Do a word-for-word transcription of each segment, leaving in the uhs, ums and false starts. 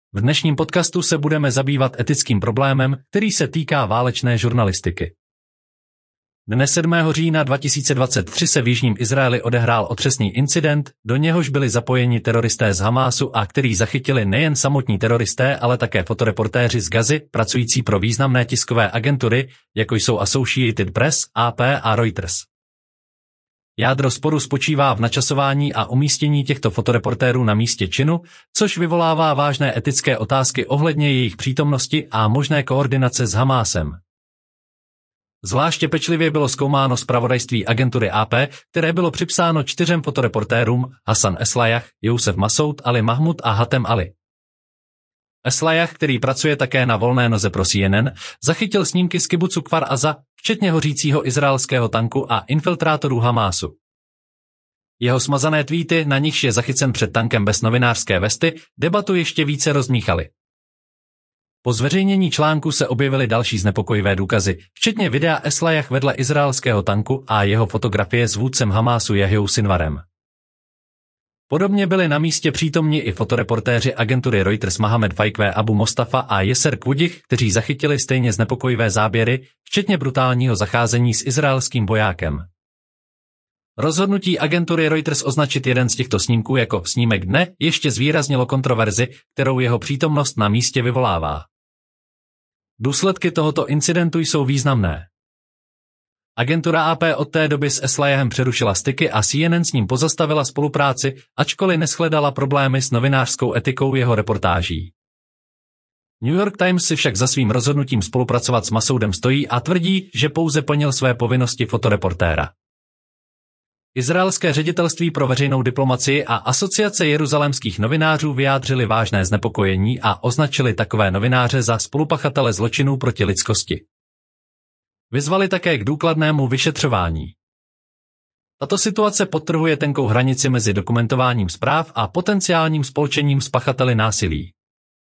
V dnešním podcastu se budeme zabývat etickým problémem, který se týká válečné žurnalistiky. Dne sedmého října dva tisíce dvacet tři se v jižním Izraeli odehrál otřesný incident, do něhož byli zapojeni teroristé z Hamásu a který zachytili nejen samotní teroristé, ale také fotoreportéři z Gazy, pracující pro významné tiskové agentury, jako jsou Associated Press, A P a Reuters. Jádro sporu spočívá v načasování a umístění těchto fotoreportérů na místě činu, což vyvolává vážné etické otázky ohledně jejich přítomnosti a možné koordinace s Hamásem. Zvláště pečlivě bylo zkoumáno zpravodajství agentury A P, které bylo připsáno čtyřem fotoreportérům, Hassan Eslayach, Youssef Masoud, Ali Mahmud a Hatem Ali. Eslayach, který pracuje také na volné noze pro C N N, zachytil snímky z kibucu Kfar Aza, včetně hořícího izraelského tanku a infiltrátorů Hamásu. Jeho smazané tweety, na nichž je zachycen před tankem bez novinářské vesty, debatu ještě více rozmíchaly. Po zveřejnění článku se objevily další znepokojivé důkazy, včetně videa Eslayach vedle izraelského tanku a jeho fotografie s vůdcem Hamásu Jahiou Sinwarem. Podobně byli na místě přítomni i fotoreportéři agentury Reuters Mohamed Faikwe Abu Mostafa a Yeser Kvudich, kteří zachytili stejně znepokojivé záběry, včetně brutálního zacházení s izraelským vojákem. Rozhodnutí agentury Reuters označit jeden z těchto snímků jako snímek dne ještě zvýraznilo kontroverzi, kterou jeho přítomnost na místě vyvolává. Důsledky tohoto incidentu jsou významné. Agentura A P od té doby s Eslayahem přerušila styky a C N N s ním pozastavila spolupráci, ačkoliv neshledala problémy s novinářskou etikou jeho reportáží. New York Times si však za svým rozhodnutím spolupracovat s Masoudem stojí a tvrdí, že pouze plnil své povinnosti fotoreportéra. Izraelské ředitelství pro veřejnou diplomacii a Asociace jeruzalémských novinářů vyjádřili vážné znepokojení a označili takové novináře za spolupachatele zločinů proti lidskosti. Vyzvali také k důkladnému vyšetřování. Tato situace podtrhuje tenkou hranici mezi dokumentováním zpráv a potenciálním spolčením s pachateli násilí.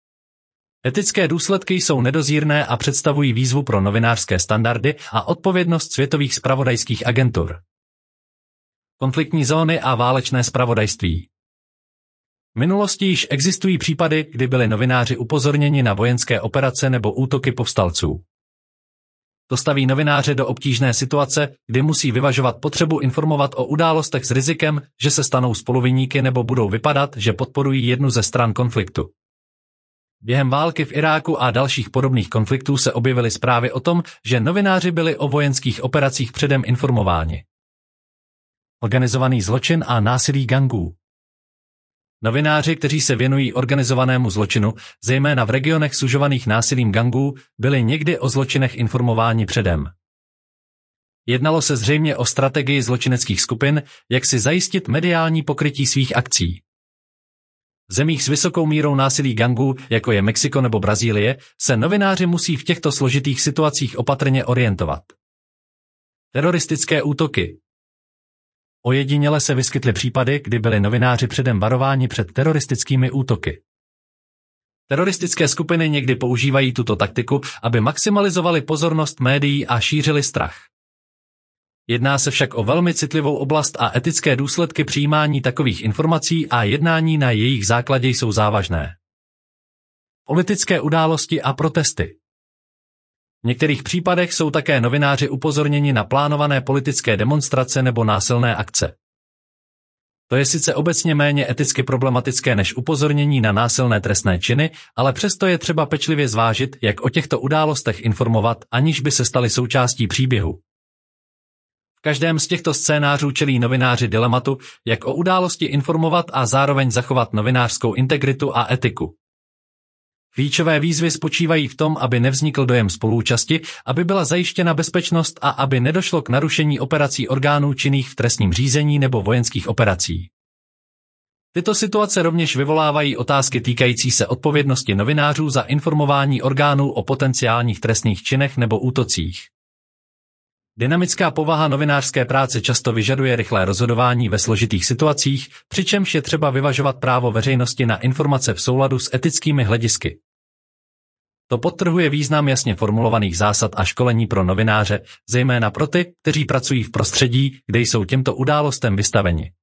Etické důsledky jsou nedozírné a představují výzvu pro novinářské standardy a odpovědnost světových zpravodajských agentur. Konfliktní zóny a válečné zpravodajství. V minulosti již existují případy, kdy byli novináři upozorněni na vojenské operace nebo útoky povstalců. To staví novináře do obtížné situace, kdy musí vyvažovat potřebu informovat o událostech s rizikem, že se stanou spoluviníky nebo budou vypadat, že podporují jednu ze stran konfliktu. Během války v Iráku a dalších podobných konfliktů se objevily zprávy o tom, že novináři byli o vojenských operacích předem informováni. Organizovaný zločin a násilí gangů. Novináři, kteří se věnují organizovanému zločinu, zejména v regionech sužovaných násilím gangů, byli někdy o zločinech informováni předem. Jednalo se zřejmě o strategii zločineckých skupin, jak si zajistit mediální pokrytí svých akcí. V zemích s vysokou mírou násilí gangů, jako je Mexiko nebo Brazílie, se novináři musí v těchto složitých situacích opatrně orientovat. Teroristické útoky. Ojediněle se vyskytly případy, kdy byli novináři předem varováni před teroristickými útoky. Teroristické skupiny někdy používají tuto taktiku, aby maximalizovali pozornost médií a šířili strach. Jedná se však o velmi citlivou oblast a etické důsledky přijímání takových informací a jednání na jejich základě jsou závažné. Politické události a protesty. V některých případech jsou také novináři upozorněni na plánované politické demonstrace nebo násilné akce. To je sice obecně méně eticky problematické než upozornění na násilné trestné činy, ale přesto je třeba pečlivě zvážit, jak o těchto událostech informovat, aniž by se staly součástí příběhu. V každém z těchto scénářů čelí novináři dilematu, jak o události informovat a zároveň zachovat novinářskou integritu a etiku. Klíčové výzvy spočívají v tom, aby nevznikl dojem spoluúčasti, aby byla zajištěna bezpečnost a aby nedošlo k narušení operací orgánů činných v trestním řízení nebo vojenských operací. Tyto situace rovněž vyvolávají otázky týkající se odpovědnosti novinářů za informování orgánů o potenciálních trestných činech nebo útocích. Dynamická povaha novinářské práce často vyžaduje rychlé rozhodování ve složitých situacích, přičemž je třeba vyvažovat právo veřejnosti na informace v souladu s etickými hledisky. To podtrhuje význam jasně formulovaných zásad a školení pro novináře, zejména pro ty, kteří pracují v prostředí, kde jsou těmto událostem vystaveni.